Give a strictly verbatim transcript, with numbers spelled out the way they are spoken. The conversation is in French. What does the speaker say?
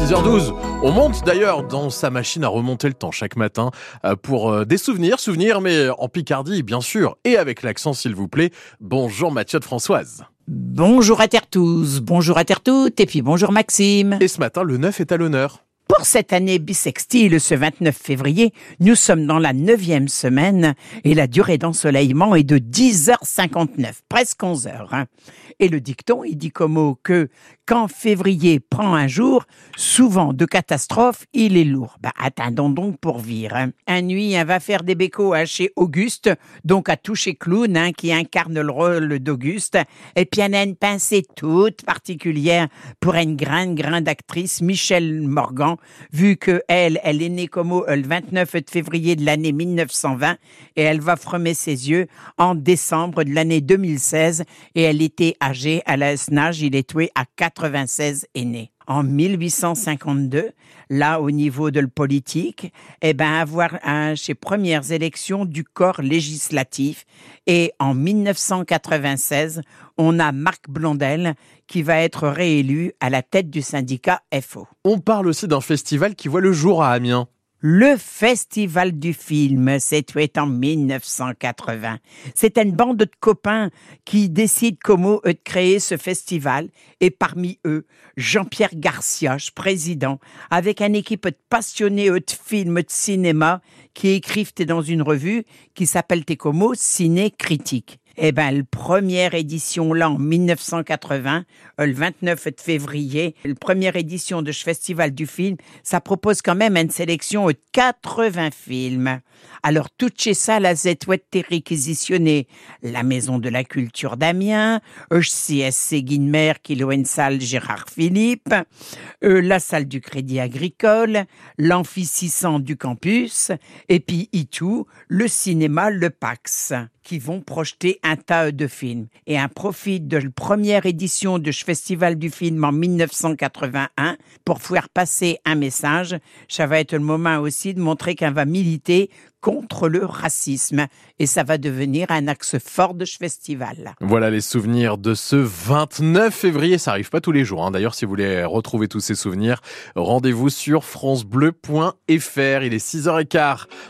six heures douze. On monte d'ailleurs dans sa machine à remonter le temps chaque matin pour des souvenirs, souvenirs mais en Picardie bien sûr, et avec l'accent s'il vous plaît. Bonjour Mathieu de Françoise. Bonjour à terre tous, bonjour à terre toutes, et puis bonjour Maxime. Et ce matin, le neuf est à l'honneur. Pour cette année bissextile, ce vingt-neuf février, nous sommes dans la neuvième semaine et la durée d'ensoleillement est de dix heures cinquante-neuf, presque onze heures. Hein. Et le dicton, il dit comme mot que quand février prend un jour, souvent de catastrophe, il est lourd. Bah, attendons donc pour vire. Hein. Un nuit, un va faire des bécots à chez Auguste, donc à toucher Clown, hein, qui incarne le rôle d'Auguste. Et puis, elle a une pincée toute particulière pour une grande, grande actrice, Michèle Morgan, vu que elle, elle est née comme au, le vingt-neuf février de l'année mille neuf cent vingt et elle va fermer ses yeux en décembre de l'année deux mille seize et elle était âgée à l'âge, il est tué à quatre-vingt-seize et né. En mille huit cent cinquante-deux, là, au niveau de le politique, eh ben, avoir un, ses premières élections du corps législatif. Et en mille neuf cent quatre-vingt-seize, on a Marc Blondel qui va être réélu à la tête du syndicat F O. On parle aussi d'un festival qui voit le jour à Amiens. Le Festival du film, c'est tué en mille neuf cent quatre-vingts. C'est une bande de copains qui décident comment de créer ce festival. Et parmi eux, Jean-Pierre Garcia, président, avec une équipe de passionnés de films, de cinéma, qui écrivent dans une revue qui s'appelle Técomo Ciné Critique. Eh ben, la première édition, là, en mille neuf cent quatre-vingts, le vingt-neuf février, la première édition de ce festival du film, ça propose quand même une sélection de quatre-vingts films. Alors, tout chez ça, la Z ouest réquisitionné la Maison de la Culture d'Amiens, H C S C Guilmer, qui loue une salle Gérard Philippe, euh, la salle du Crédit Agricole, l'amphi six cents du campus, et puis Itou, le cinéma Le Pax, qui vont projeter un tas de films. Et un profit de la première édition de ce festival du film en mille neuf cent quatre-vingt-un pour faire passer un message. Ça va être le moment aussi de montrer qu'on va militer contre le racisme. Et ça va devenir un axe fort de ce festival. Voilà les souvenirs de ce vingt-neuf février. Ça arrive pas tous les jours. Hein. D'ailleurs, si vous voulez retrouver tous ces souvenirs, rendez-vous sur francebleu point f r. Il est six heures quinze.